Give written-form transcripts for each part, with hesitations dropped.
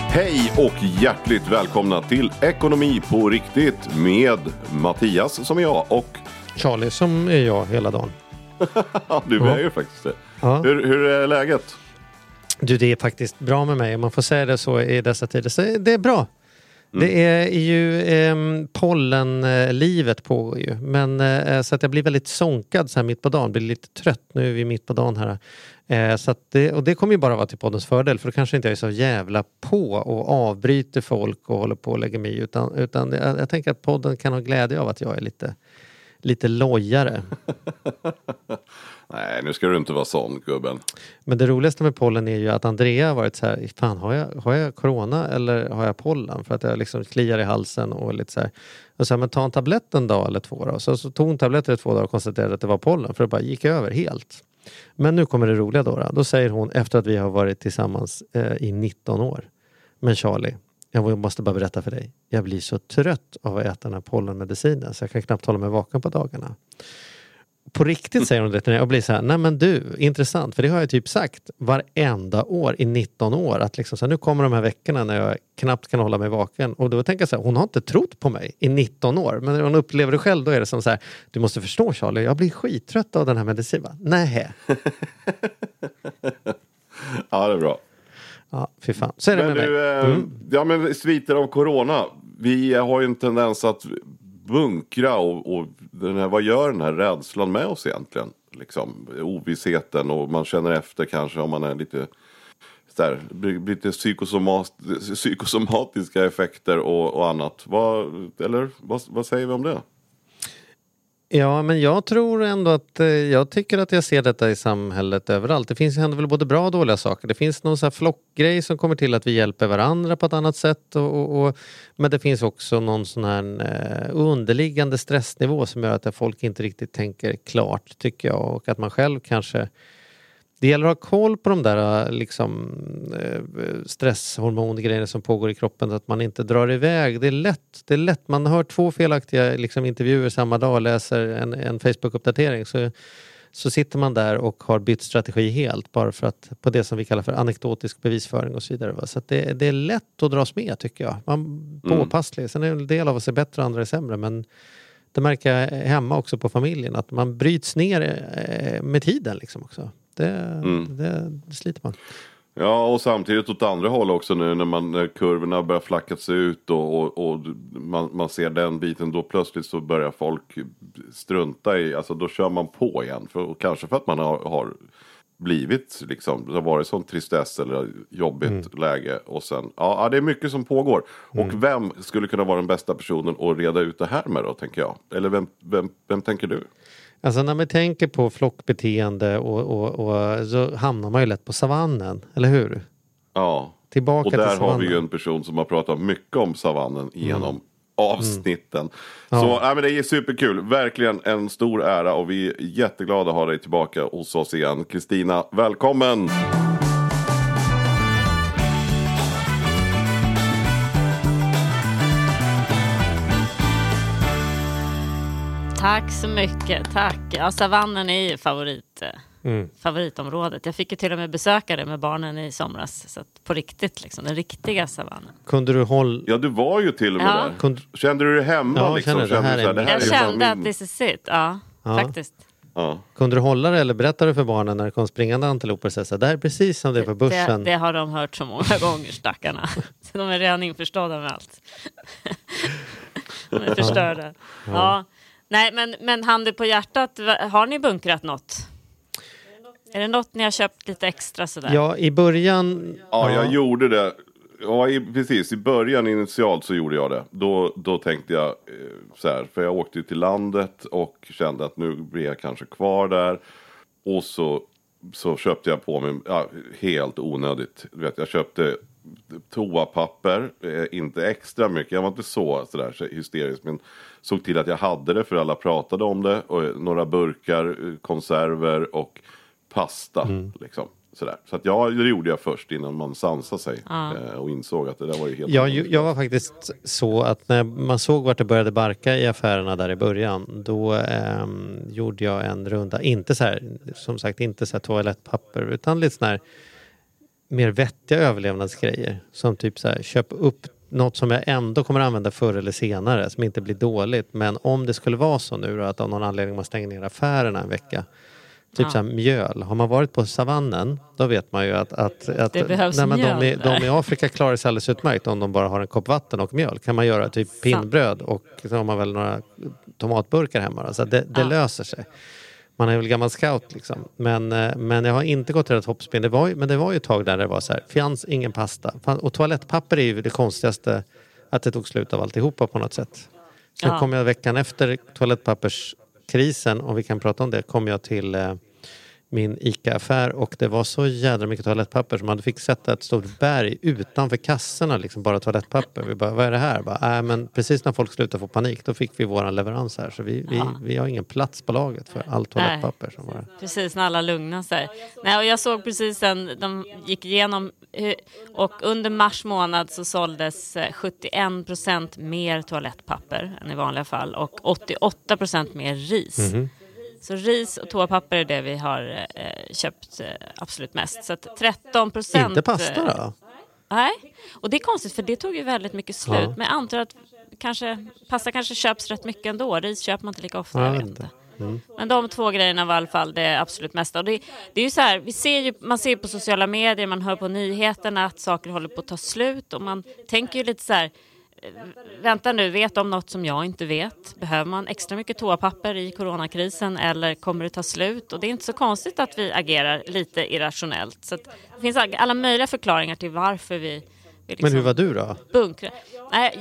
Hej och hjärtligt välkomna till Ekonomi på riktigt med Mattias som är jag och Charlie som är jag hela dagen. Du är ju faktiskt det. Ja. Hur är läget? Du, det är faktiskt bra med mig. Om man får säga det så i dessa tider. Så det är bra. Det är ju pollenlivet pågår ju. Men så att jag blir väldigt sonkad så här mitt på dagen. Blir lite trött. Nu är vi mitt på dagen här. Så att det kommer ju bara vara till poddens fördel. För då kanske inte jag är så jävla på och avbryter folk och håller på och lägger mig. Utan jag tänker att podden kan ha glädje av att jag är lite lojare. Nej, nu ska du inte vara sån, gubben. Men det roligaste med pollen är ju att Andrea har varit så här, fan har jag corona eller har jag pollen? För att jag liksom kliar i halsen och lite så här. Och så här, men ta en tablett en dag eller 2 dagar. Så tog hon tabletter i 2 dagar och konstaterade att det var pollen. För det bara gick över helt. Men nu kommer det roliga då. Då säger hon efter att vi har varit tillsammans i 19 år. Men Charlie, jag måste bara berätta för dig. Jag blir så trött av att äta den här pollenmedicinen. Så jag kan knappt hålla mig vaken på dagarna. På riktigt säger hon det till mig och blir så här, nej men du, intressant. För det har jag typ sagt varenda år i 19 år. Att liksom så här, nu kommer de här veckorna när jag knappt kan hålla mig vaken. Och då tänker jag så här, hon har inte trott på mig i 19 år. Men när hon upplever det själv, då är det som så här, du måste förstå Charlie, jag blir skittrött av den här medicinen. Nej. Ja, det är bra. Ja, fy fan. Så är det men med mig. Ja, men sviter av corona. Vi har ju en tendens att bunkra och vad gör den här rädslan med oss egentligen? Liksom, ovissheten och man känner efter kanske om man är lite där, lite psykosomatiska effekter och annat. Vad säger vi om det? Ja, men jag tror ändå att jag tycker att jag ser detta i samhället överallt. Det finns händer väl både bra och dåliga saker. Det finns någon så här flockgrej som kommer till att vi hjälper varandra på ett annat sätt. Men det finns också någon sån här underliggande stressnivå som gör att folk inte riktigt tänker klart, tycker jag. Och att man själv kanske... Det gäller att ha koll på de där liksom, stresshormongrejerna som pågår i kroppen så att man inte drar iväg. Det är lätt. Man hör 2 felaktiga liksom, intervjuer samma dag och läser en Facebook-uppdatering så sitter man där och har bytt strategi helt bara för att på det som vi kallar för anekdotisk bevisföring och så vidare. Va? Så att det är lätt att dras med, tycker jag. Man påpasslig. Sen är en del av oss är bättre och andra är sämre, men det märker jag hemma också på familjen att man bryts ner med tiden liksom också. Det sliter man. Ja, och samtidigt åt andra håll också nu när kurvorna börjar flackas ut och man ser den biten, då plötsligt så börjar folk strunta i, alltså då kör man på igen. Kanske för att man har blivit liksom, det har varit sån tristess eller jobbigt läge och sen, ja det är mycket som pågår. Och vem skulle kunna vara den bästa personen att reda ut det här med då, tänker jag? Eller vem tänker du? Alltså när man tänker på flockbeteende och så hamnar man ju lätt på savannen, eller hur? Ja, tillbaka och där till savannen. har vi ju en person som har pratat mycket om savannen genom avsnitten. Ja. Så men det är superkul, verkligen en stor ära och vi är jätteglada att ha dig tillbaka hos oss igen. Kristina, välkommen! Tack så mycket, tack. Ja, savannen är ju favoritområdet. Jag fick ju till och med besöka det med barnen i somras. Så att på riktigt, liksom, den riktiga savannen. Kunde du hålla... Ja, du var ju till och med där. Kände du dig hemma? Ja, liksom? jag kände att this is it, faktiskt. Ja. Kunde du hålla det eller berättade du för barnen när det kom springande antiloper och så det är precis som det är på börsen? Det har de hört så många gånger, stackarna. Så de är redan införstådda med allt. De är förstörda. Ja. Nej, men handen på hjärtat, har ni bunkrat något? Är det något ni har köpt lite extra sådär? Ja, i början... Ja, jag gjorde det. Ja, precis. I början initialt så gjorde jag det. Då tänkte jag så här, för jag åkte till landet och kände att nu blir jag kanske kvar där. Och så köpte jag på mig, helt onödigt. Du vet, jag köpte toapapper, inte extra mycket. Jag var inte sådär hysterisk, men såg till att jag hade det för alla pratade om det. Och några burkar, konserver och pasta liksom. Sådär. Så att det gjorde jag först innan man sansade sig och insåg att det där var ju helt... Jag var faktiskt så att när man såg vart det började barka i affärerna där i början, då gjorde jag en runda, inte så här, som sagt inte så här toalettpapper, utan lite sån här mer vettiga överlevnadsgrejer. Som typ så här, köp upp något som jag ändå kommer använda förr eller senare, som inte blir dåligt. Men om det skulle vara så nu då, att av någon anledning man stänger ner affärerna en vecka. Typ så här mjöl. Har man varit på savannen, då vet man ju att det behövs mjöl. De i Afrika klarar sig alldeles utmärkt om de bara har en kopp vatten och mjöl. Kan man göra typ pinnbröd och så har man väl några tomatburkar hemma. Så det löser sig. Man är väl gammal scout liksom. Men jag har inte gått till ett hoppspinn. Men det var ju ett tag där det var så här, fanns ingen pasta. Och toalettpapper är ju det konstigaste, att det tog slut av alltihopa på något sätt. Sen kom jag veckan efter toalettpapperskrisen, om vi kan prata om det, kom jag till min ICA-affär och det var så jädra mycket toalettpapper som man fick sätta ett stort berg utanför kassorna, liksom bara toalettpapper. Vi bara, vad är det här? Bara, men precis när folk slutade få panik, då fick vi våran leverans här. Så vi har ingen plats på laget för allt toalettpapper som var. Precis, när alla lugnar sig. Nej, och jag såg precis sen de gick igenom och under mars månad så såldes 71% mer toalettpapper än i vanliga fall och 88% mer ris. Mm-hmm. Så ris och toapapper är det vi har köpt absolut mest. Så att 13%... Inte pasta då? Nej, och det är konstigt för det tog ju väldigt mycket slut. Ja. Men jag antar att pasta kanske köps rätt mycket ändå. Ris köper man inte lika ofta, jag vet inte. Mm. Men de två grejerna var i alla fall det absolut mesta. Och det är ju så här, man ser på sociala medier, man hör på nyheterna att saker håller på att ta slut. Och man tänker ju lite så här... Vänta nu, vet om något som jag inte vet? Behöver man extra mycket toapapper i coronakrisen eller kommer det ta slut? Och det är inte så konstigt att vi agerar lite irrationellt. Så att det finns alla möjliga förklaringar till varför vi liksom... Men hur var du då? Bunkra. Nej,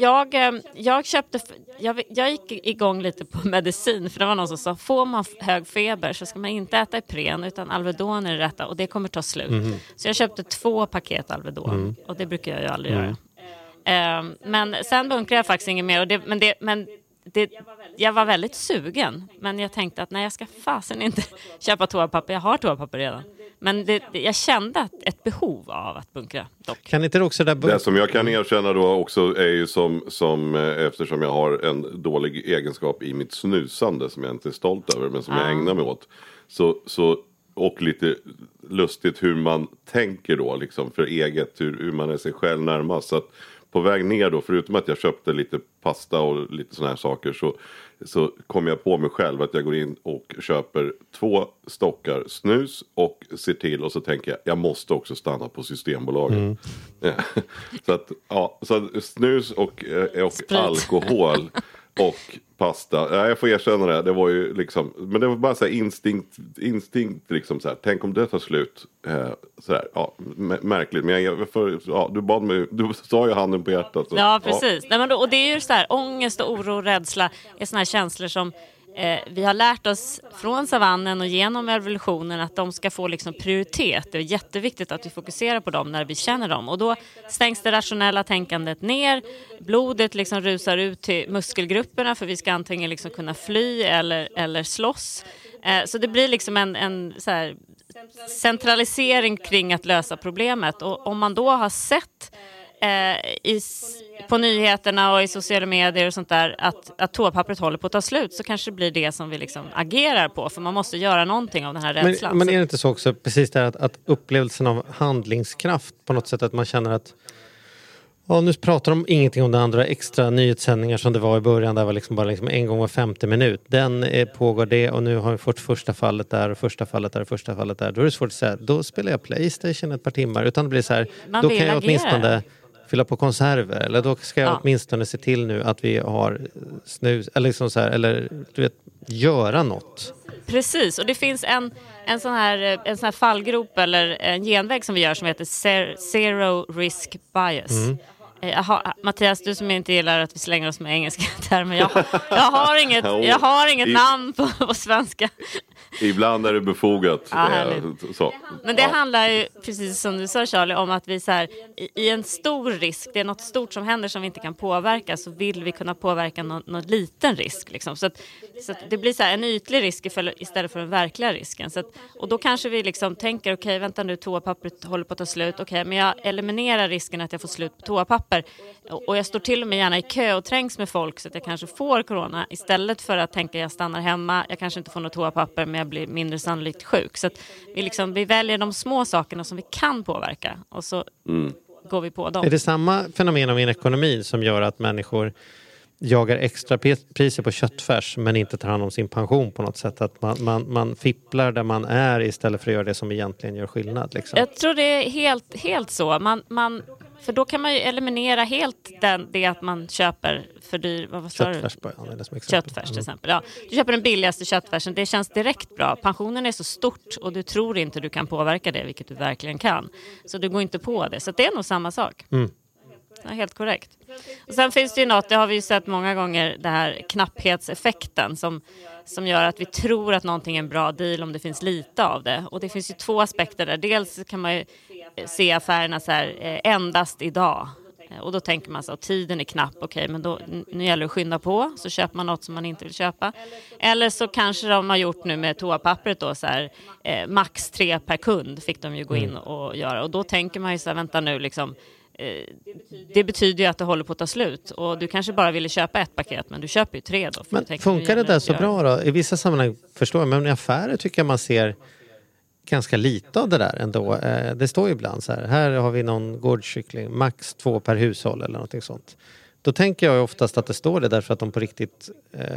jag gick igång lite på medicin för det var någon som sa, får man hög feber så ska man inte äta Ipren utan Alvedon är det rätta och det kommer ta slut. Mm. Så jag köpte 2 paket Alvedon och det brukar jag ju aldrig göra. Men sen bunkrade jag faktiskt inget mer. Och jag var väldigt sugen. Men jag tänkte att nej, jag ska fasen inte köpa toapapper. Jag har toapapper redan. Men jag kände ett behov av att bunkra. Dock. Kan inte också det som jag kan erkänna då också är ju som eftersom jag har en dålig egenskap i mitt snusande som jag inte är stolt över men som jag ägnar mig åt. Så och lite lustigt hur man tänker då liksom för eget, hur man är sig själv närmast. Så att på väg ner då, förutom att jag köpte lite pasta och lite såna här saker så kom jag på mig själv att jag går in och köper 2 stockar snus och ser till och så tänker jag måste också stanna på Systembolaget. Ja. Så snus och alkohol och pasta. Ja, jag får erkänna det var ju liksom, men det var bara så här instinkt liksom så här. Tänk om det tar slut så här, märkligt, men du bad mig, du sa ju handen på hjärtat. Så, ja, precis. Nej, men och det är ju så här, ångest och oro och rädsla är såna här känslor som vi har lärt oss från savannen och genom evolutionen att de ska få liksom prioritet. Det är jätteviktigt att vi fokuserar på dem när vi känner dem. Och då stängs det rationella tänkandet ner. Blodet liksom rusar ut till muskelgrupperna för vi ska antingen liksom kunna fly eller slåss. Så det blir liksom en så här centralisering kring att lösa problemet. Och om man då har sett på nyheterna och i sociala medier och sånt där att toapappret håller på att ta slut så kanske det blir det som vi liksom agerar på för man måste göra någonting av den här rädslan. Men är det inte så också precis där att upplevelsen av handlingskraft på något sätt att man känner att nu pratar de ingenting om de andra extra nyhetssändningar som det var i början där var liksom bara liksom en gång var 50 minut. Den pågår det och nu har vi fått första fallet där och första fallet där och första fallet där. Då är det svårt att säga, då spelar jag PlayStation ett par timmar utan det blir så här, då kan jag åtminstone fylla på konserver eller då ska jag åtminstone se till nu att vi har snus eller liksom så här, eller du vet, göra något. Precis, och det finns en sån här fallgrop eller en genväg som vi gör som heter Zero Risk Bias. Mattias, du som inte gillar att vi slänger oss med engelska termer. Jag har inget namn på svenska. Ibland är det befogat. Så. Men det handlar ju, precis som du sa Charlie, om att vi så här, i en stor risk, det är något stort som händer som vi inte kan påverka, så vill vi kunna påverka någon liten risk. Liksom. Så att det blir så här en ytlig risk istället för den verkliga risken. Och då kanske vi liksom tänker, okej, vänta nu, toapappret håller på att ta slut. Okej, men jag eliminerar risken att jag får slut på toapapper. toapapper. Och jag står till och med gärna i kö och trängs med folk så att jag kanske får corona. Istället för att tänka jag stannar hemma, jag kanske inte får något toapapper men jag blir mindre sannolikt sjuk. Så att vi väljer de små sakerna som vi kan påverka och så går vi på dem. Är det samma fenomen av ekonomin som gör att människor jagar extra priser på köttfärs men inte tar hand om sin pension på något sätt? Att man fipplar där man är istället för att göra det som egentligen gör skillnad. Liksom. Jag tror det är helt så. För då kan man ju eliminera helt det att man köper för dyr... Köttfärs på köttfärs till exempel. Ja, du köper den billigaste köttfärsen. Det känns direkt bra. Pensionen är så stort och du tror inte du kan påverka det, vilket du verkligen kan. Så du går inte på det. Så det är nog samma sak. Ja, helt korrekt. Och sen finns det ju något, det har vi ju sett många gånger, det här knapphetseffekten som gör att vi tror att någonting är en bra deal om det finns lite av det. Och det finns ju två aspekter där. Dels kan man ju se affärerna så här, endast idag. Och då tänker man så att tiden är knapp, okej, men då, nu gäller det att skynda på, så köper man något som man inte vill köpa. Eller så kanske de har gjort nu med toapappret då så här, max 3 per kund fick de ju gå in och göra. Och då tänker man ju så här, vänta nu liksom, det betyder ju att det håller på att ta slut. Och du kanske bara ville köpa ett paket, men du köper ju 3 då. Men funkar det där så bra då? I vissa sammanhang förstår jag, men i affärer tycker jag man ser ganska lite av det där ändå. Det står ju ibland så här har vi någon gårdskyckling, max 2 per hushåll eller någonting sånt. Då tänker jag oftast att det står det därför att de på riktigt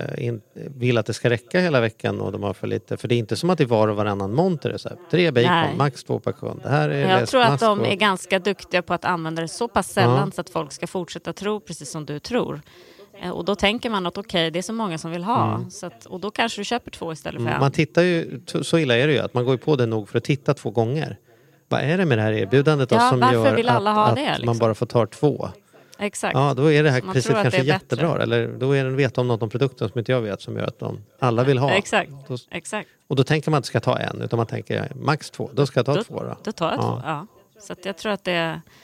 vill att det ska räcka hela veckan och de har för lite. För det är inte som att det var och varannan monter är så här, 3 bacon, max 2 per kund. Det här är jag tror att de är ganska duktiga på att använda det så pass sällan så att folk ska fortsätta tro precis som du tror. Och då tänker man att okej, det är så många som vill ha. Så att, och då kanske du köper 2 istället för 1. Man tittar ju, så illa är det ju, att man går ju på det nog för att titta 2 gånger. Vad är det med det här erbjudandet då, som gör vill alla ha att det, liksom? Man bara får ta 2? Exakt. Ja, då är det här så priset kanske är jättebra. bättre. Eller då är det veta om något om produkten som inte jag vet som gör att alla vill ha. Exakt. Och då tänker man att ska ta 1, utan man tänker max 2. Då ska jag ta 2 då. Då tar jag 2, ja. Så att jag tror att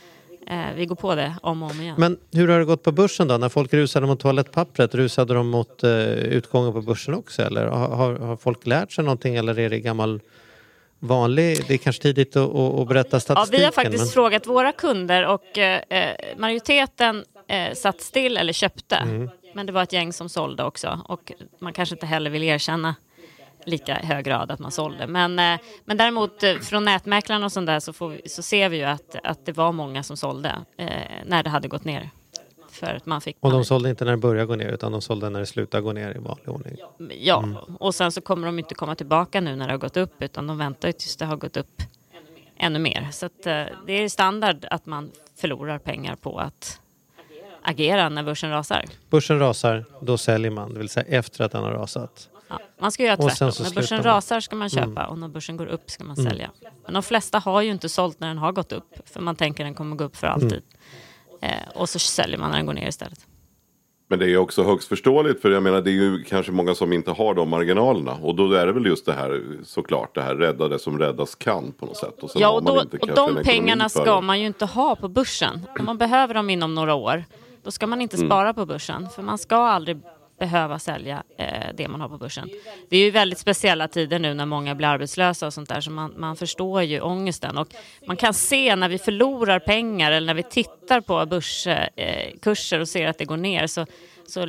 vi går på det om och om igen. Men hur har det gått på börsen då? När folk rusade mot toalettpappret, rusade de mot utgången på börsen också? Eller har folk lärt sig någonting, eller är det gammal vanlig? Det är kanske tidigt att berätta statistiken. Ja, vi har faktiskt frågat våra kunder och majoriteten satt still eller köpte. Men det var ett gäng som sålde också. Och man kanske inte heller vill erkänna lika hög grad att man sålde. Men däremot från nätmäklarna och sånt där så ser vi ju att det var många som sålde när det hade gått ner. För att man fick och de sålde inte när det började gå ner, utan de sålde när det slutade gå ner i vanlig ordning. Ja, och sen så kommer de inte komma tillbaka nu när det har gått upp, utan de väntar ju tills det har gått upp ännu mer. Så att, det är standard att man förlorar pengar på att agera när börsen rasar. Börsen rasar, då säljer man, det vill säga efter att den har rasat. Ja, man ska göra tvärtom. När börsen rasar ska man köpa och när börsen går upp ska man sälja. Men de flesta har ju inte sålt när den har gått upp, för man tänker den kommer gå upp för alltid. Och så säljer man när den går ner istället. Men det är också högst förståeligt, för jag menar, det är ju kanske många som inte har de marginalerna. Och då är det väl just det här, såklart, det här rädda det som räddas kan på något sätt. Och sen och de pengarna ska man ju inte ha på börsen. Om man behöver dem inom några år, då ska man inte spara på börsen. För man ska aldrig behöva sälja det man har på börsen. Det är ju väldigt speciella tider nu när många blir arbetslösa och sånt där, så man förstår ju ångesten. Och man kan se när vi förlorar pengar eller när vi tittar på börskurser och ser att det går ner, så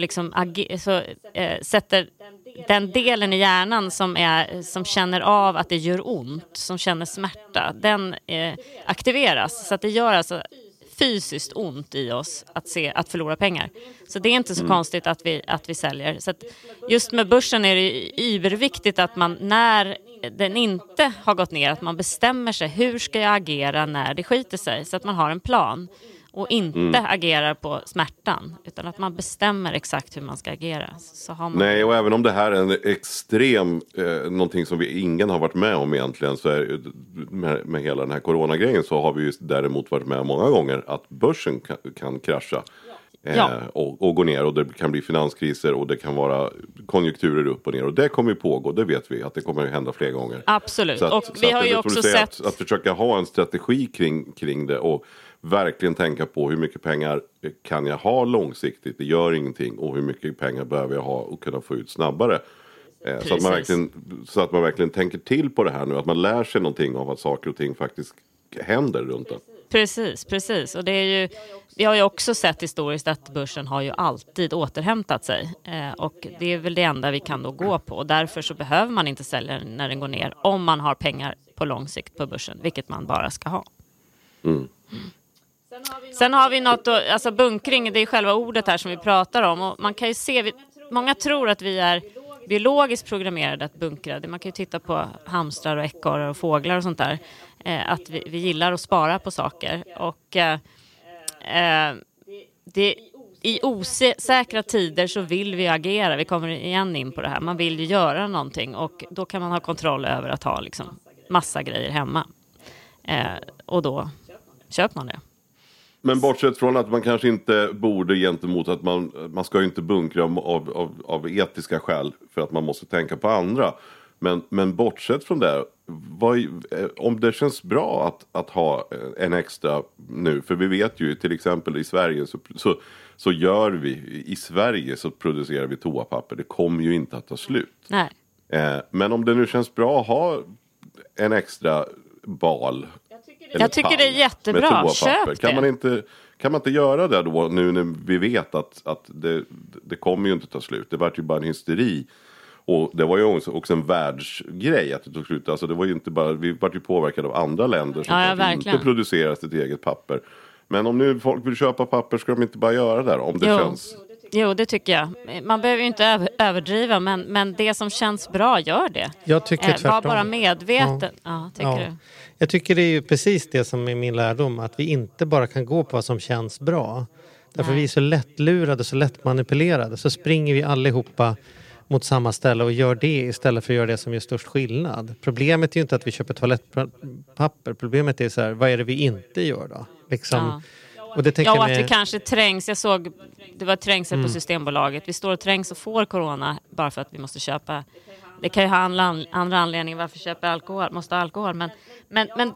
sätter den delen i hjärnan som känner av att det gör ont, som känner smärta, den aktiveras. Så att det gör alltså fysiskt ont i oss att förlora pengar. Så det är inte så konstigt att vi säljer. Så att just med börsen är det yberviktigt att man, när den inte har gått ner, att man bestämmer sig, hur ska jag agera när det skiter sig, så att man har en plan och inte agerar på smärtan, utan att man bestämmer exakt hur man ska agera. Så har man... Nej, och även om det här är en extrem någonting som ingen har varit med om egentligen, så är med hela den här coronagrejen, så har vi ju däremot varit med många gånger att börsen kan krascha och gå ner, och det kan bli finanskriser och det kan vara konjunkturer upp och ner, och det kommer ju pågå, det vet vi att det kommer att hända fler gånger. Absolut, och vi har ju också sett att försöka ha en strategi kring det och verkligen tänka på hur mycket pengar kan jag ha långsiktigt, det gör ingenting, och hur mycket pengar behöver jag ha och kunna få ut snabbare. Så att man verkligen tänker till på det här nu, att man lär sig någonting av att saker och ting faktiskt händer runt det. Precis. Och det är ju, vi har ju också sett historiskt att börsen har ju alltid återhämtat sig. Och det är väl det enda vi kan då gå på. Och därför så behöver man inte sälja när den går ner. Om man har pengar på lång sikt på börsen. Vilket man bara ska ha. Sen har vi något, alltså bunkring, det är själva ordet här som vi pratar om. Och man kan ju se, många tror att vi är biologiskt programmerade att bunkra. Man kan ju titta på hamstrar och ekorrar och fåglar och sånt där. Att vi gillar att spara på saker. Och i osäkra tider så vill vi agera. Vi kommer igen in på det här. Man vill ju göra någonting. Och då kan man ha kontroll över att ha liksom massa grejer hemma. Och då köper man det. Men bortsett från att man kanske inte borde gentemot att man ska ju inte bunkra av etiska skäl för att man måste tänka på andra. Men bortsett från det, om det känns bra att ha en extra nu, för vi vet ju till exempel i Sverige så gör vi, i Sverige så producerar vi toapapper, det kommer ju inte att ta slut. Nej. Men om det nu känns bra att ha en extra bal. Jag tycker det är jättebra. Köp det. Kan man inte göra det då nu när vi vet att det kommer ju inte ta slut. Det var ju bara en hysteri. Och det var ju också en världsgrej att det tog slut. Alltså det var ju inte bara, vi var ju påverkade av andra länder som inte producerar sitt eget papper. Men om nu folk vill köpa papper ska de inte bara göra det om det känns... Jo, det tycker jag. Man behöver ju inte överdriva, men det som känns bra, gör det. Jag tycker tvärtom. Var bara medveten. Tycker du? Jag tycker det är ju precis det som är min lärdom, att vi inte bara kan gå på vad som känns bra. Därför vi är så lättlurade, så lätt manipulerade. Så springer vi allihopa mot samma ställe och gör det istället för att göra det som gör störst skillnad. Problemet är ju inte att vi köper toalettpapper. Problemet är så här, vad är det vi inte gör då? Liksom... Och det att vi kanske trängs. Jag såg, det var trängsel på Systembolaget. Vi står och trängs och får corona bara för att vi måste köpa. Det kan ju ha andra anledningar varför köper måste ha alkohol. Men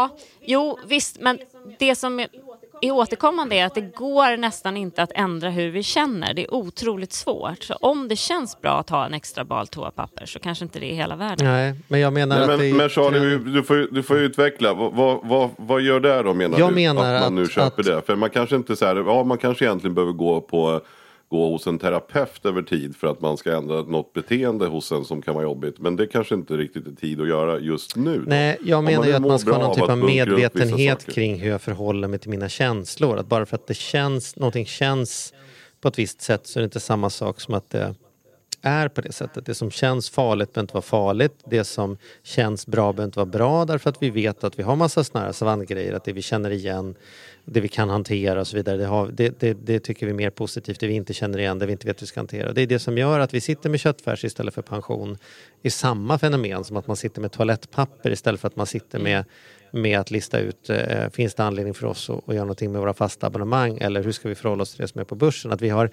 visst. Men det som är återkommande är att det går nästan inte att ändra hur vi känner. Det är otroligt svårt. Så om det känns bra att ha en extra bal toapapper så kanske inte det är hela världen. Nej, men jag menar att men Charlie, du får utveckla. Vad gör det då menar du? Att man nu köper det. För man kanske inte så här, man kanske egentligen behöver gå hos en terapeut över tid för att man ska ändra något beteende hos en som kan vara jobbigt. Men det kanske inte riktigt är tid att göra just nu. Då. Nej, jag menar ju att man ska ha någon typ av medvetenhet kring hur jag förhåller mig till mina känslor. Att bara för att någonting känns på ett visst sätt så är det inte samma sak som att det är på det sättet. Det som känns farligt behöver inte vara farligt. Det som känns bra behöver inte vara bra därför att vi vet att vi har massa såna här savanngrejer. Att det vi känner igen, det vi kan hantera och så vidare. Det tycker vi är mer positivt. Det vi inte känner igen, det vi inte vet hur vi ska hantera. Det är det som gör att vi sitter med köttfärs istället för pension i samma fenomen som att man sitter med toalettpapper istället för att man sitter med att lista ut finns det anledning för oss att göra någonting med våra fasta abonnemang eller hur ska vi förhålla oss till det som är på börsen. Att vi har,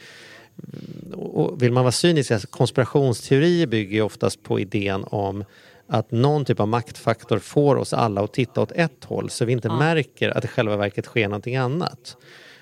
och vill man vara cynisk, alltså konspirationsteorier bygger ju oftast på idén om att någon typ av maktfaktor får oss alla att titta åt ett håll så vi inte märker att det själva verket sker någonting annat.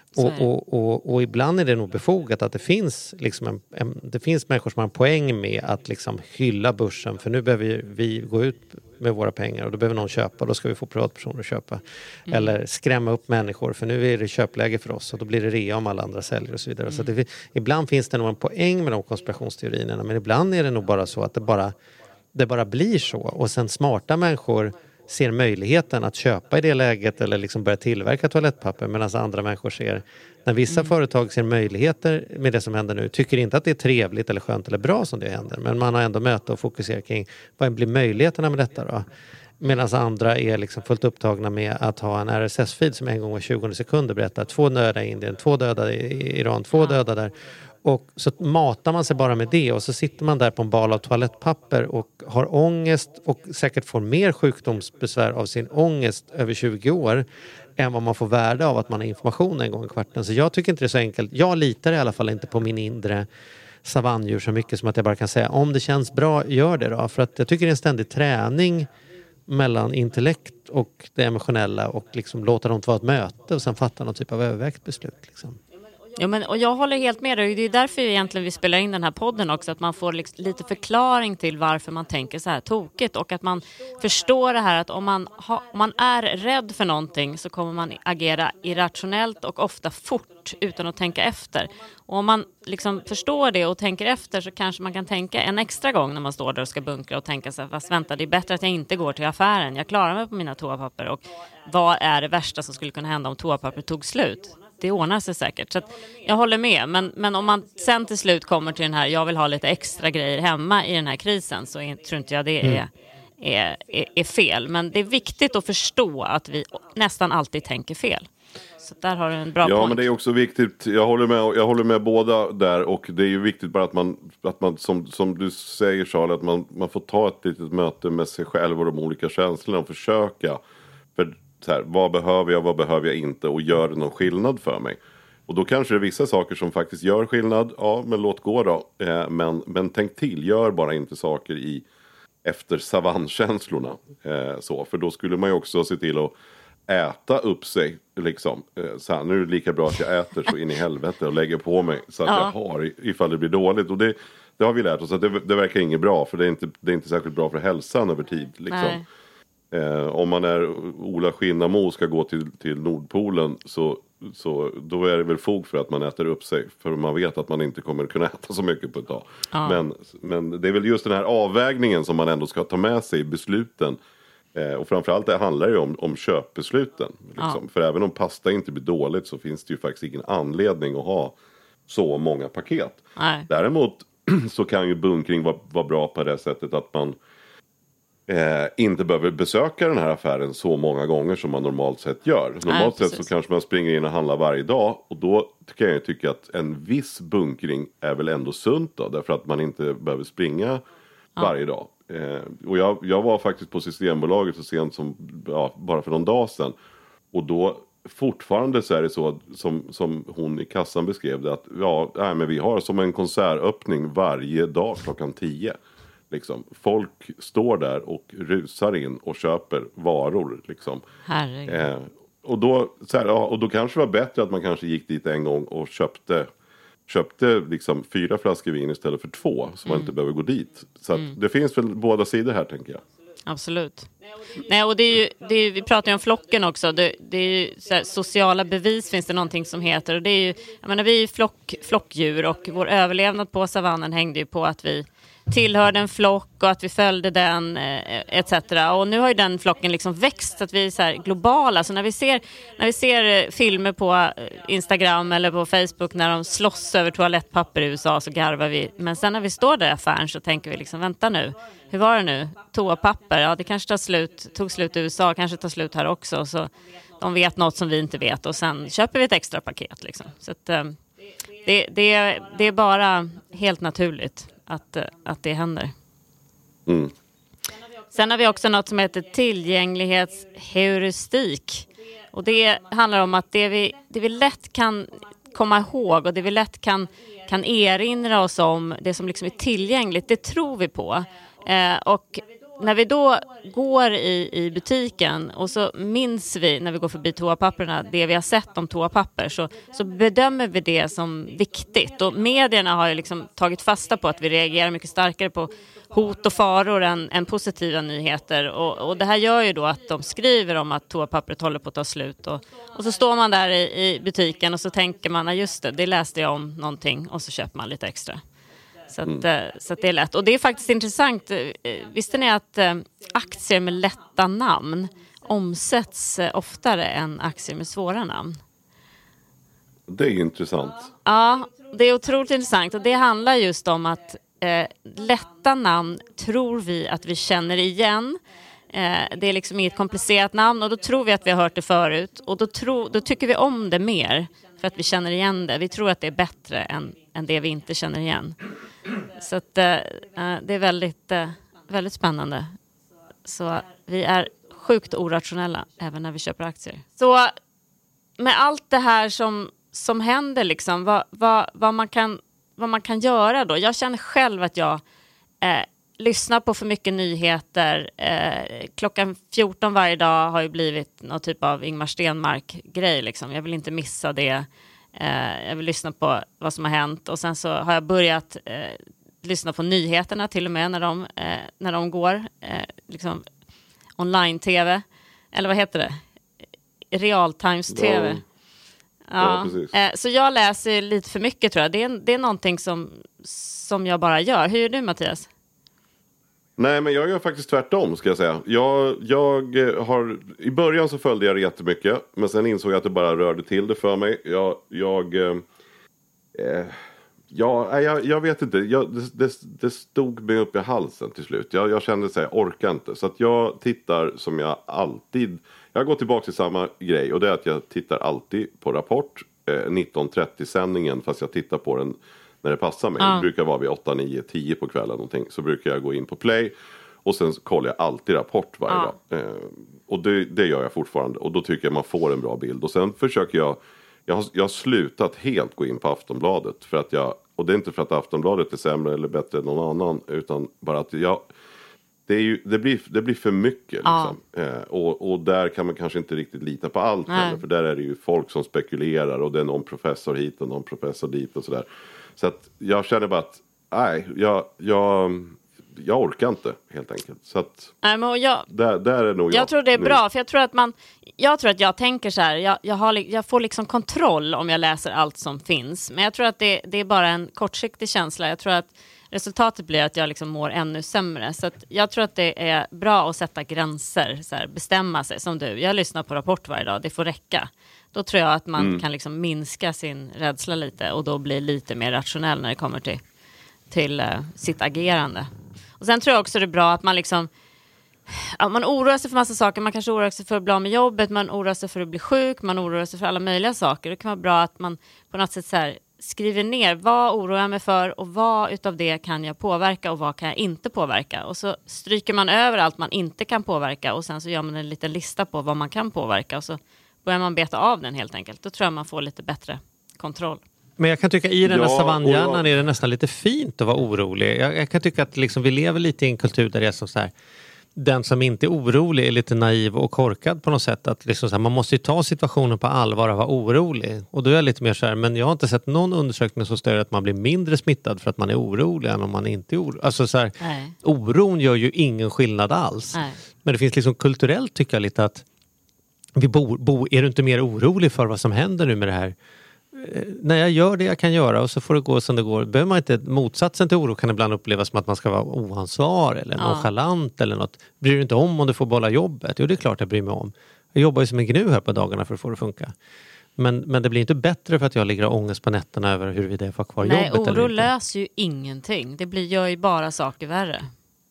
Och ibland är det nog befogat att det finns liksom det finns människor som har en poäng med att liksom hylla börsen för nu behöver vi gå ut med våra pengar och då behöver någon köpa och då ska vi få privatpersoner att köpa. Eller skrämma upp människor för nu är det köpläge för oss och då blir det rea om alla andra säljer och så vidare. Så ibland finns det nog en poäng med de konspirationsteorierna men ibland är det nog bara så att det bara blir så och sen smarta människor ser möjligheten att köpa i det läget eller liksom börja tillverka toalettpapper medan andra människor ser, när vissa företag ser möjligheter med det som händer nu, tycker inte att det är trevligt eller skönt eller bra som det händer, men man har ändå möte och fokuserar kring vad blir möjligheterna med detta då? Medan andra är liksom fullt upptagna med att ha en RSS-feed som en gång var 20 sekunder berättar 2 döda i Indien, 2 döda i Iran, 2 döda där. Och så matar man sig bara med det och så sitter man där på en bal av toalettpapper och har ångest och säkert får mer sjukdomsbesvär av sin ångest över 20 år än vad man får värde av att man har information en gång i kvarten. Så jag tycker inte det är så enkelt. Jag litar i alla fall inte på min inre savannedjur så mycket som att jag bara kan säga om det känns bra, gör det då. För att jag tycker det är en ständig träning mellan intellekt och det emotionella och liksom låta dem vara ett möte och sen fatta någon typ av övervägt beslut liksom. Ja, och jag håller helt med dig. Det är därför egentligen vi spelar in den här podden också. Att man får lite förklaring till varför man tänker så här tokigt. Och att man förstår det här att om man är rädd för någonting så kommer man agera irrationellt och ofta fort utan att tänka efter. Och om man liksom förstår det och tänker efter så kanske man kan tänka en extra gång när man står där och ska bunkra och tänka så här, fast vänta, det är bättre att jag inte går till affären. Jag klarar mig på mina toapapper. Och vad är det värsta som skulle kunna hända om toapapper tog slut? Det ordnar sig säkert. Så att jag håller med. Men om man sen till slut kommer till den här, jag vill ha lite extra grejer hemma i den här krisen, så tror inte jag det är fel. Men det är viktigt att förstå att vi nästan alltid tänker fel. Så där har du en bra point. Men det är också viktigt. Jag håller med båda där. Och det är ju viktigt bara att man som du säger, Charlie, att man får ta ett litet möte med sig själv och de olika känslorna och försöka. För så här, vad behöver jag inte, och gör det någon skillnad för mig? Och då kanske det är vissa saker som faktiskt gör skillnad. Ja, men låt gå då. Men tänk till, gör bara inte saker efter savannkänslorna. Så, för då skulle man ju också se till att äta upp sig liksom. Så här, nu är det lika bra att jag äter så in i helvete och lägger på mig så att jag har ifall det blir dåligt. Och det har vi lärt oss att det verkar inget bra, för det är inte särskilt bra för hälsan över tid liksom. Om man är Ola Skinnamo och ska gå till Nordpolen så då är det väl fog för att man äter upp sig, för man vet att man inte kommer kunna äta så mycket på ett tag. Men det är väl just den här avvägningen som man ändå ska ta med sig i besluten. Och framförallt det handlar ju om köpbesluten liksom. För även om pasta inte blir dåligt så finns det ju faktiskt ingen anledning att ha så många paket. Däremot så kan ju bunkring vara bra på det sättet att man inte behöver besöka den här affären så många gånger som man normalt sett gör. Normalt sett så kanske man springer in och handlar varje dag, och då kan jag tycka att en viss bunkring är väl ändå sunt då, därför att man inte behöver springa varje dag. Och jag var faktiskt på Systembolaget så sent som bara för någon dag sedan, och då fortfarande så är det så som hon i kassan beskrev det, att men vi har som en konsertöppning varje dag 10:00. Liksom. Folk står där och rusar in och köper varor liksom. Och då kanske det var bättre att man kanske gick dit en gång och köpte liksom 4 flaskor vin istället för 2, så man inte behöver gå dit. Så att det finns väl båda sidor här, tänker jag. Absolut. Nej, och det är ju, vi pratar ju om flocken också. Det är ju så här, sociala bevis finns det någonting som heter. Och det är ju, jag menar, vi är ju flockdjur, och vår överlevnad på savannen hängde ju på att vi tillhörde en flock och att vi följde den etc. Och nu har ju den flocken liksom växt så att vi är så här globala. Så när vi ser filmer på Instagram eller på Facebook när de slåss över toalettpapper i USA, så garvar vi. Men sen när vi står där i affären så tänker vi liksom, vänta nu, hur var det nu? Toapapper, ja det kanske tog slut i USA, kanske tar slut här också. Så de vet något som vi inte vet, och sen köper vi ett extra paket liksom. Så att, det är bara helt naturligt att det händer. Sen har vi också något som heter tillgänglighetsheuristik. Och det handlar om att det vi lätt kan komma ihåg och det vi lätt kan erinra oss om, det som liksom är tillgängligt, det tror vi på. Och när vi då går i butiken och så minns vi när vi går förbi toapapperna det vi har sett om toapapper, så bedömer vi det som viktigt. Och medierna har ju liksom tagit fasta på att vi reagerar mycket starkare på hot och faror än positiva nyheter. Och det här gör ju då att de skriver om att toapappret håller på att ta slut. Och så står man där i butiken och så tänker man, just det läste jag om någonting, och så köper man lite extra. Så att det är lätt. Och det är faktiskt intressant. Visste ni att aktier med lätta namn omsätts oftare än aktier med svåra namn? Det är intressant. Ja, det är otroligt intressant. Och det handlar just om att lätta namn tror vi att vi känner igen. Det är liksom inget komplicerat namn, och då tror vi att vi har hört det förut. Och då tycker vi om det mer för att vi känner igen det. Vi tror att det är bättre än det vi inte känner igen. Så att, det är väldigt, väldigt spännande. Så vi är sjukt orationella även när vi köper aktier. Så med allt det här som händer, liksom, vad man kan göra då. Jag känner själv att jag lyssnar på för mycket nyheter. Klockan 14 varje dag har ju blivit någon typ av Ingmar Stenmark-grej. Liksom. Jag vill inte missa det. Jag vill lyssna på vad som har hänt. Och sen så har jag börjat lyssna på nyheterna till och med när de går. Liksom online-tv. Eller vad heter det? Realtimes-tv. Ja. Så jag läser lite för mycket, tror jag. Det är någonting som jag bara gör. Hur gör du, Mattias? Nej, men jag gör faktiskt tvärtom, ska jag säga. I början så följde jag det jättemycket. Men sen insåg jag att det bara rörde till det för mig. Jag vet inte. Det stod mig upp i halsen till slut. Jag kände så här, jag orkar inte. Så att jag tittar som jag alltid... Jag går tillbaka till samma grej. Och det är att jag tittar alltid på Rapport. 19.30-sändningen, fast jag tittar på den när det passar mig. Det brukar vara vid 8, 9, 10 på kvällen någonting. Så brukar jag gå in på Play. Och sen kollar jag alltid Rapport varje dag. Och det gör jag fortfarande. Och då tycker jag man får en bra bild. Och sen försöker jag har slutat helt gå in på Aftonbladet. För att och det är inte för att Aftonbladet är sämre eller bättre än någon annan. Utan bara att det blir för mycket liksom. Och där kan man kanske inte riktigt lita på allt heller, för där är det ju folk som spekulerar och det är någon professor hit och någon professor dit och sådär. Så att jag känner bara att jag orkar inte helt enkelt. Så att där är nog jag tror det är bra, för jag tror att jag tänker så här, jag får liksom kontroll om jag läser allt som finns. Men jag tror att det är bara en kortsiktig känsla. Jag tror att resultatet blir att jag liksom mår ännu sämre. Så att jag tror att det är bra att sätta gränser, så här, bestämma sig som du. Jag lyssnar på Rapport varje dag, det får räcka. Då tror jag att man kan liksom minska sin rädsla lite och då bli lite mer rationell när det kommer till sitt agerande. Och sen tror jag också det är bra att man liksom man oroar sig för massa saker. Man kanske oroar sig för att bli av med jobbet, man oroar sig för att bli sjuk, man oroar sig för alla möjliga saker. Det kan vara bra att man på något sätt så här skriver ner vad oroar jag mig för och vad utav det kan jag påverka och vad kan jag inte påverka. Och så stryker man över allt man inte kan påverka och sen så gör man en liten lista på vad man kan påverka och så börjar man beta av den helt enkelt. Då tror jag man får lite bättre kontroll. Men jag kan tycka i den här savannhjärnan är det nästan lite fint att vara orolig. Jag kan tycka att liksom vi lever lite i en kultur där det är som så här, den som inte är orolig är lite naiv och korkad på något sätt. Att liksom så här, man måste ju ta situationen på allvar och vara orolig. Och då är jag lite mer så här, men jag har inte sett någon undersökning som stöder att man blir mindre smittad för att man är orolig än om man inte är orolig. Alltså så här, oron gör ju ingen skillnad alls. Nej. Men det finns liksom kulturellt, tycker jag, lite att är du inte mer orolig för vad som händer nu med det här? När jag gör det jag kan göra och så får det gå som det går. Behöver man inte, motsatsen till oro kan ibland upplevas som att man ska vara oansvarig eller nonchalant eller något. Bryr du inte om du får behålla jobbet? Jo, det är klart jag bryr mig om. Jag jobbar ju som en gnu här på dagarna för att få det att funka. Men det blir inte bättre för att jag ligger och ångest på nätterna över huruvida jag får kvar jobbet eller inte. Nej, oro löser ju ingenting. Det gör ju bara saker värre.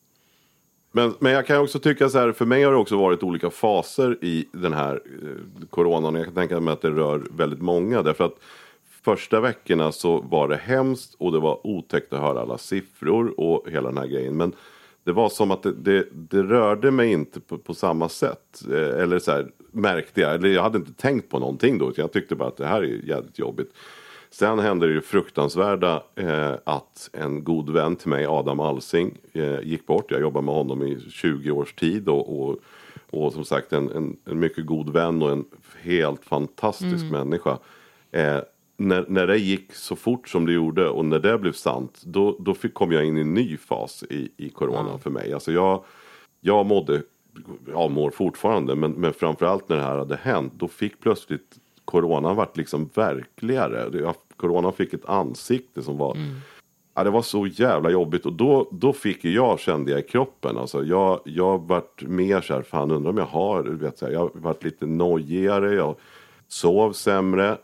Men jag kan också tycka så här, för mig har det också varit olika faser i den här coronan. Jag kan tänka mig att det rör väldigt många. Därför att första veckorna så var det hemskt och det var otäckt att höra alla siffror och hela den här grejen. Men det var som att det rörde mig inte på samma sätt. Eller så här märkte jag. Eller jag hade inte tänkt på någonting då. Jag tyckte bara att det här är jävligt jobbigt. Sen hände det ju fruktansvärda att en god vän till mig, Adam Alsing, gick bort. Jag jobbade med honom i 20 års tid och som sagt en mycket god vän och en helt fantastisk människa. När det gick så fort som det gjorde och när det blev sant, då kom jag in i en ny fas i corona för mig. Alltså jag mår fortfarande, men framförallt när det här hade hänt, då fick plötsligt coronan varit liksom verkligare. Corona fick ett ansikte som var... det var så jävla jobbigt. Och då fick kände jag i kroppen. Alltså jag varit mer så här, fan undrar om jag har... jag har varit lite nojigare. Jag sov sämre.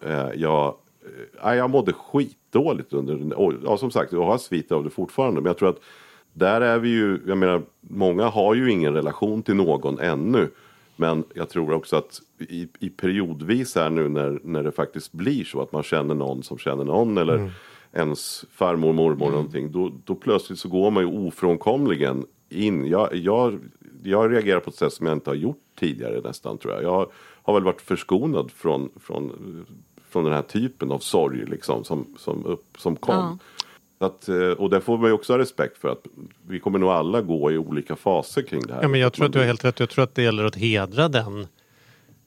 Jag mådde skitdåligt under... som sagt, jag har svit av det fortfarande. Men jag tror att där är vi ju... Jag menar, många har ju ingen relation till någon ännu. Men jag tror också att i periodvis här nu när det faktiskt blir så att man känner någon som känner någon eller ens farmor, mormor någonting, då plötsligt så går man ju ofrånkomligen in. Jag reagerar på ett sätt som jag inte har gjort tidigare nästan, tror jag. Jag har väl varit förskonad från den här typen av sorg liksom, som kom. Ja. Och där får man ju också ha respekt för att vi kommer nog alla gå i olika faser kring det här. Ja, men jag tror att du har helt rätt. Jag tror att det gäller att hedra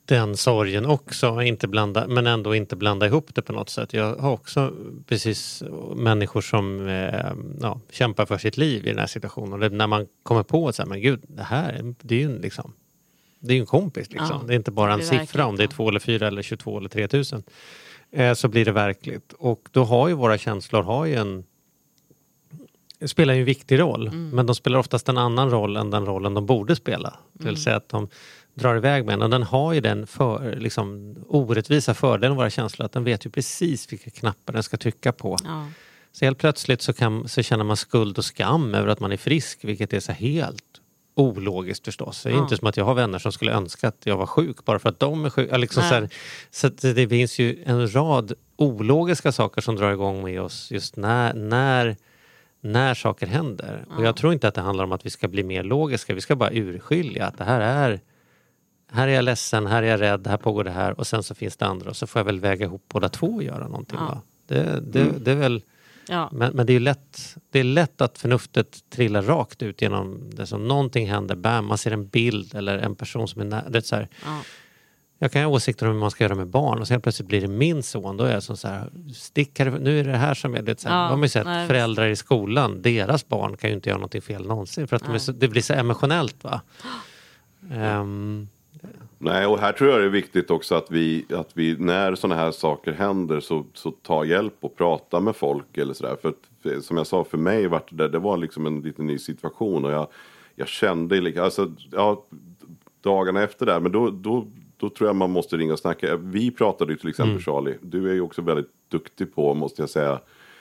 den sorgen också, inte blanda, men ändå inte blanda ihop det på något sätt. Jag har också precis människor som kämpar för sitt liv i den här situationen. Och det, när man kommer på att men gud, det är ju liksom, det är ju en kompis liksom. Ja, det är inte bara en siffra om det är 2 eller 4 eller 22 eller 3000. Så blir det verkligt. Och då har ju våra känslor spelar ju en viktig roll. Men de spelar oftast en annan roll än den rollen de borde spela. Det vill säga att de drar iväg med en. Och den har ju den orättvisa fördelen våra känslor. Att den vet ju precis vilka knappar den ska trycka på. Ja. Så helt plötsligt så känner man skuld och skam över att man är frisk. Vilket är så helt ologiskt förstås. Det är inte som att jag har vänner som skulle önska att jag var sjuk bara för att de är sjuka. Liksom så det finns ju en rad ologiska saker som drar igång med oss just när saker händer. Och jag tror inte att det handlar om att vi ska bli mer logiska. Vi ska bara urskilja att det här är jag ledsen, här är jag rädd, här pågår det här och sen så finns det andra och så får jag väl väga ihop båda två och göra någonting. Va? Det är väl men det är lätt att förnuftet trillar rakt ut genom det som någonting händer, bam, man ser en bild eller en person som är nära, så här. Jag kan ha åsikter om hur man ska göra med barn och sen plötsligt blir det min son, då är jag som så här, nu är det här som är det så här, har man ju sett föräldrar i skolan, deras barn kan ju inte göra någonting fel någonsin för att det blir så emotionellt, va? Nej, och här tror jag det är viktigt också att vi när sådana här saker händer så ta hjälp och prata med folk eller sådär. För att, som jag sa, för mig det var liksom en liten ny situation och jag kände dagarna efter där, men då tror jag man måste ringa och snacka. Vi pratade ju till exempel, Charlie, du är ju också väldigt duktig på, måste jag säga,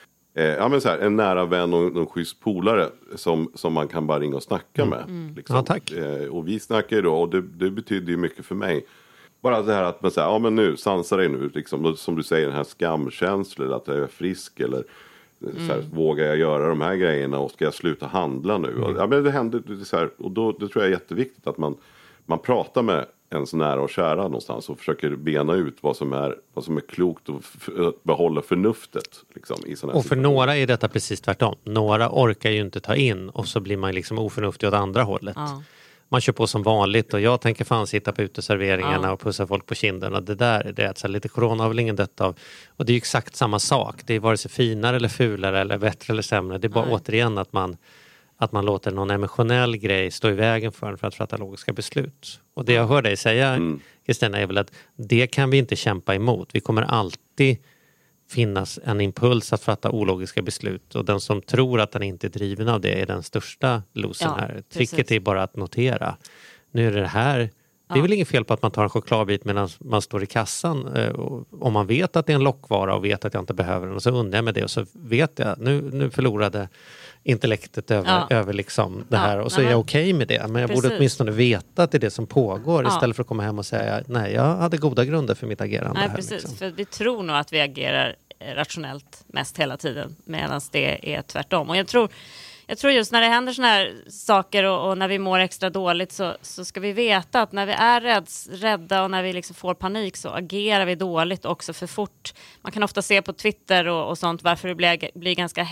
en nära vän och en schysst polare som man kan bara ringa och snacka med. Liksom. Ja, tack. Och vi snackar ju då, och det betyder ju mycket för mig. Bara det här att man säger, men nu, sansa dig nu. Liksom, som du säger, den här skamkänslan, att jag är frisk eller så här, vågar jag göra de här grejerna och ska jag sluta handla nu? Och, men det händer så här, och då tror jag är jätteviktigt att man pratar med ens nära och kära någonstans och försöker bena ut vad som är klokt och behålla förnuftet liksom, i såna här och för några är detta precis tvärtom. Några orkar ju inte ta in och så blir man liksom oförnuftig åt andra hållet. Man kör på som vanligt och jag tänker fan sitta på uteserveringarna och pussa folk på kinden och det är så här, lite corona har väl ingen dött av. Och det är ju exakt samma sak. Det är vare sig finare eller fulare eller bättre eller sämre. Det är bara återigen att man låter någon emotionell grej stå i vägen för att fatta logiska beslut. Och det jag hör dig säga, Kristina, är väl att det kan vi inte kämpa emot. Vi kommer alltid finnas en impuls att fatta ologiska beslut. Och den som tror att den inte är driven av det är den största losen här. Tricket är bara att notera. Nu är det här. Det är väl inget fel på att man tar en chokladbit medan man står i kassan. Om man vet att det är en lockvara och vet att jag inte behöver den. Och så undrar jag med det och så vet jag. Nu förlorade intellektet över liksom det här. Och så är jag okej med det. Men jag borde åtminstone veta att det är det som pågår. Istället för att komma hem och säga nej, jag hade goda grunder för mitt agerande. Nej, här, precis. Liksom. För vi tror nog att vi agerar rationellt mest hela tiden. Medan det är tvärtom. Och jag tror just när det händer såna här saker och när vi mår extra dåligt så ska vi veta att när vi är rädda och när vi liksom får panik så agerar vi dåligt också för fort. Man kan ofta se på Twitter och sånt varför det blir ganska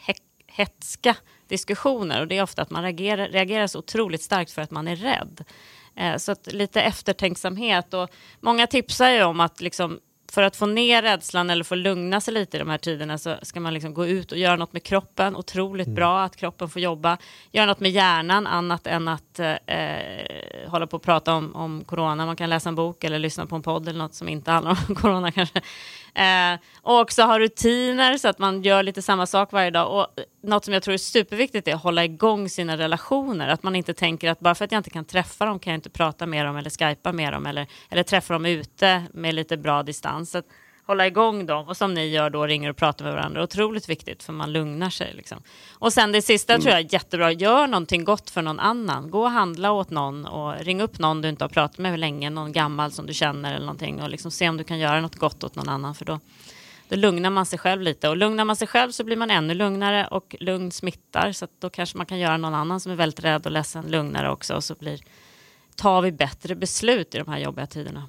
hetska diskussioner och det är ofta att man reagerar så otroligt starkt för att man är rädd. Så att lite eftertänksamhet och många tipsar ju om att liksom för att få ner rädslan eller få lugna sig lite i de här tiderna så ska man liksom gå ut och göra något med kroppen. Otroligt bra att kroppen får jobba. Göra något med hjärnan annat än att hålla på och prata om corona. Man kan läsa en bok eller lyssna på en podd eller något som inte handlar om corona kanske. Och också ha rutiner så att man gör lite samma sak varje dag. Och något som jag tror är superviktigt är att hålla igång sina relationer. Att man inte tänker att bara för att jag inte kan träffa dem kan jag inte prata med dem eller skypa med dem eller träffa dem ute med lite bra distans. Så att hålla igång dem och som ni gör då ringer och pratar med varandra. Otroligt viktigt för man lugnar sig liksom. Och sen det sista tror jag är jättebra. Gör någonting gott för någon annan. Gå och handla åt någon och ring upp någon du inte har pratat med länge. Någon gammal som du känner eller någonting och liksom se om du kan göra något gott åt någon annan för då lugnar man sig själv lite. Och lugnar man sig själv så blir man ännu lugnare och lugn smittar. Så att då kanske man kan göra någon annan som är väldigt rädd och ledsen lugnare också. Och så tar vi bättre beslut i de här jobbiga tiderna.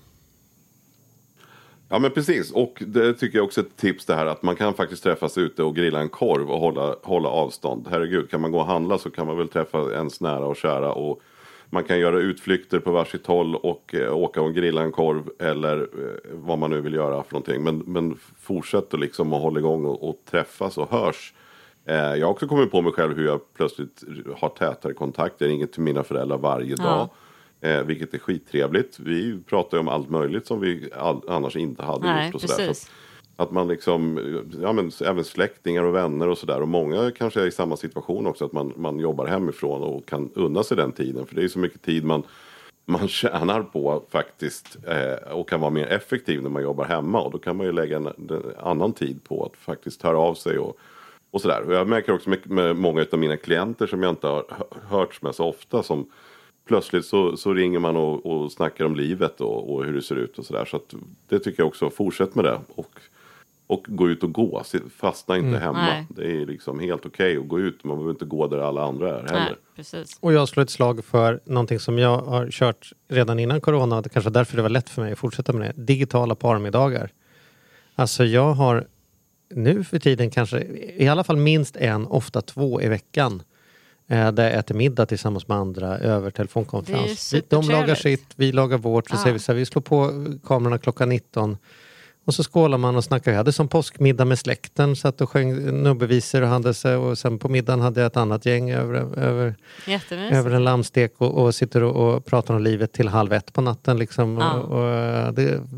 Ja men precis, och det tycker jag också är ett tips det här att man kan faktiskt träffas ute och grilla en korv och hålla avstånd. Herregud, kan man gå och handla så kan man väl träffa ens nära och kära och Man kan göra utflykter på varsitt håll och åka och grilla en korv eller vad man nu vill göra för någonting. Men fortsätt liksom att hålla igång och träffas och hörs. Jag har också kommit på mig själv hur jag plötsligt har tätare kontakt. Jag ringer till mina föräldrar varje dag. Vilket är skittrevligt. Vi pratar ju om allt möjligt som vi annars inte hade gjort. Och sådär. Så att man liksom, även släktingar och vänner och sådär. Och många kanske är i samma situation också. Att man jobbar hemifrån och kan unna sig den tiden. För det är så mycket tid man tjänar på faktiskt. Och kan vara mer effektiv när man jobbar hemma. Och då kan man ju lägga en annan tid på att faktiskt höra av sig och sådär. Och jag märker också med många av mina klienter som jag inte har hört med så ofta. Som plötsligt så ringer man och snackar om livet och hur det ser ut och sådär. Så att det tycker jag också, fortsätt med det. Och gå ut och gå. Fastna inte hemma. Nej. Det är liksom helt okej att gå ut. Man behöver inte gå där alla andra är heller. Nej, precis. Och jag slår ett slag för någonting som jag har kört redan innan corona. Det kanske därför det var lätt för mig att fortsätta med det. Digitala parmiddagar. Alltså jag har nu för tiden kanske i alla fall minst en, ofta 2 i veckan. Där jag äter middag tillsammans med andra över telefonkonferens. De lagar sitt, vi lagar vårt. Så säger vi så här, vi slår på kamerorna klockan 19. Och så skålar man och snackar. Jag hade som påskmiddag med släkten. Satt och sjöng nubbevisor och hade sig. Och sen på middagen hade jag ett annat gäng över en lammstek. Och sitter och pratar om livet till 12:30 på natten. Liksom. Och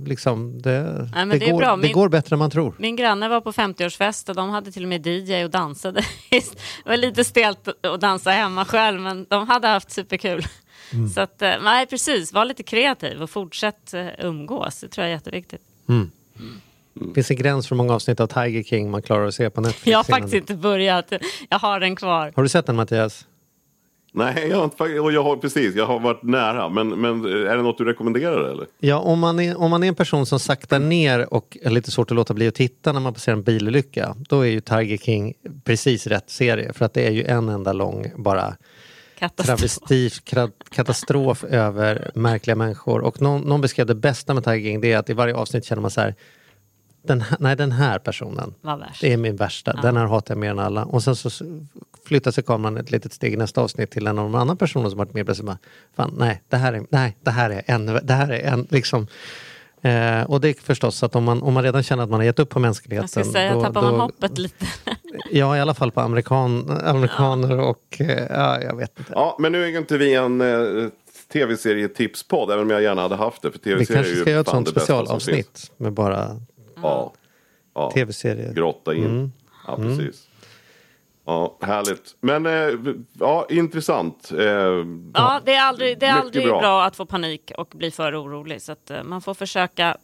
det går bättre än man tror. Min granne var på 50-årsfest och de hade till och med DJ och dansade. Det var lite stelt att dansa hemma själv. Men de hade haft superkul. Så att, nej precis, var lite kreativ och fortsätt umgås. Det tror jag är jätteviktigt. Finns en gräns för många avsnitt av Tiger King man klarar att se på Netflix? Jag har faktiskt inte börjat. Jag har den kvar. Har du sett den, Mattias? Nej, jag har varit nära. Men är det något du rekommenderar eller? Ja, om man är en person som saktar ner och är lite svårt att låta bli att titta när man passerar en bilolycka, då är ju Tiger King precis rätt serie. För att det är ju en enda lång bara katastrof över märkliga människor. Och någon beskrev det bästa med Tiger King, det är att i varje avsnitt känner man så här, den här personen, det är min värsta. Ja. Den här hatar jag mer än alla. Och sen så flyttar sig kameran ett litet steg i nästa avsnitt till en av de andra personerna som varit med och bara, fan, det här är en liksom. Och det är förstås att om man redan känner att man har gett upp på mänskligheten. Jag ska säga, tappar man hoppet lite. Ja, i alla fall på amerikaner och jag vet inte. Ja, men nu är inte vi en tv-serietipspodd, även om jag gärna hade haft det. För tv-serier vi kanske ska göra ett sånt specialavsnitt med bara tv-serier. Grotta in. Ja, precis. Ja, härligt. Men intressant. Det är aldrig bra att få panik och bli för orolig. Så att man får försöka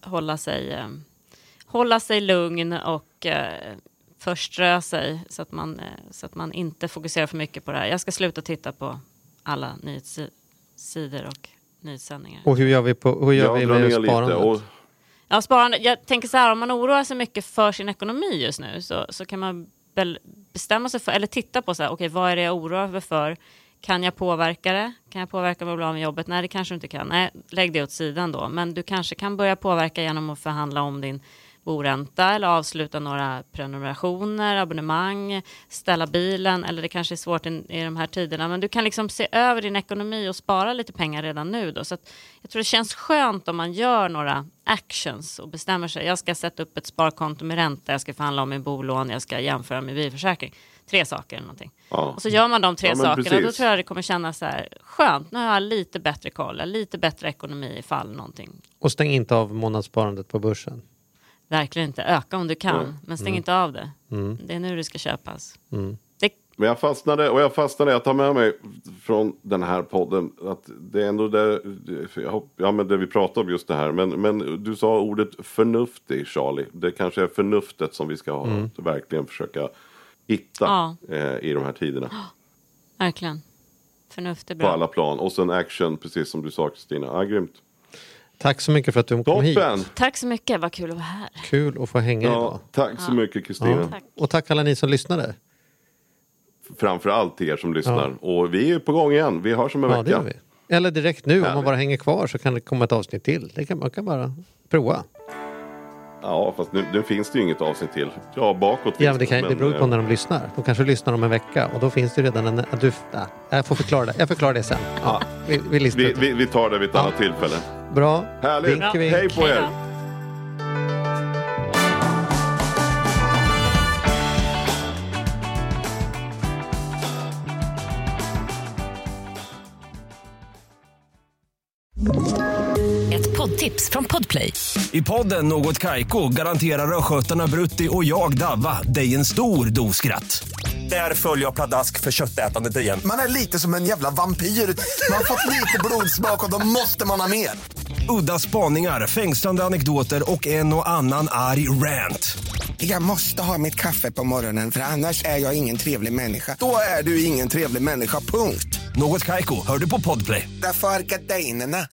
hålla sig lugn och förströ sig så att man inte fokuserar för mycket på det här. Jag ska sluta titta på alla nyhetssidor och nyhetssändningar. Och hur gör vi med sparandet? Ja, sparande. Jag tänker så här, om man oroar sig mycket för sin ekonomi just nu så kan man bestämma sig för, eller titta på så här, okej, vad är det jag oroar mig för? Kan jag påverka det? Kan jag påverka vad jag blir av med jobbet? Nej, det kanske du inte kan. Nej, lägg det åt sidan då. Men du kanske kan börja påverka genom att förhandla om din boränta eller avsluta några prenumerationer, abonnemang, ställa bilen, eller det kanske är svårt i de här tiderna, men du kan liksom se över din ekonomi och spara lite pengar redan nu då. Så att jag tror det känns skönt om man gör några actions och bestämmer sig. Jag ska sätta upp ett sparkonto med ränta, jag ska förhandla om min bolån, jag ska jämföra med bilförsäkring. 3 saker eller någonting. Ja. Och så gör man de 3 sakerna, precis. Då tror jag det kommer kännas så här skönt. Nu har jag lite bättre koll, lite bättre ekonomi ifall någonting. Och stäng inte av månadssparandet på börsen. Verkligen inte. Öka om du kan. Men stäng inte av det. Det är nu det ska köpas. Men jag fastnade. Jag tar med mig från den här podden. Att det är ändå det vi pratar om just det här. Men du sa ordet förnuftig, Charlie. Det kanske är förnuftet som vi ska verkligen försöka hitta i de här tiderna. Verkligen. Förnuft är bra. På alla plan. Och sen action, precis som du sa, Kristina. Grymt. Tack så mycket för att du kom hit. Tack så mycket, vad kul att vara här. Kul att få hänga idag. Tack så mycket, Kristina. Tack. Och tack alla ni som lyssnade. Framförallt till er som lyssnar. Och vi är på gång igen. Vi hörs om en vecka. Det gör vi. Eller direkt nu, om man bara hänger kvar så kan det komma ett avsnitt till. Man kan bara prova. Ja, fast nu finns det ju inget av sig till. Ja, bakåt. Ja, men det beror på när de lyssnar. De kanske lyssnar om en vecka och då finns det ju redan jag får förklara det. Jag förklarar det sen. Ja, vi tar det vid ett annat tillfälle. Bra. Härligt. Vink, vink. Hej på er. Ett poddtips från Podplay. I podden Något Kaiko garanterar röskötarna Brutti och jag Davva dig en stor dos skratt. Där följer jag pladask för köttätandet igen. Man är lite som en jävla vampyr. Man har fått lite blodsmak och då måste man ha mer. Udda spaningar, fängslande anekdoter och en och annan arg rant. Jag måste ha mitt kaffe på morgonen för annars är jag ingen trevlig människa. Då är du ingen trevlig människa, punkt. Något Kaiko, hör du på Podplay. Därför är gardinerna.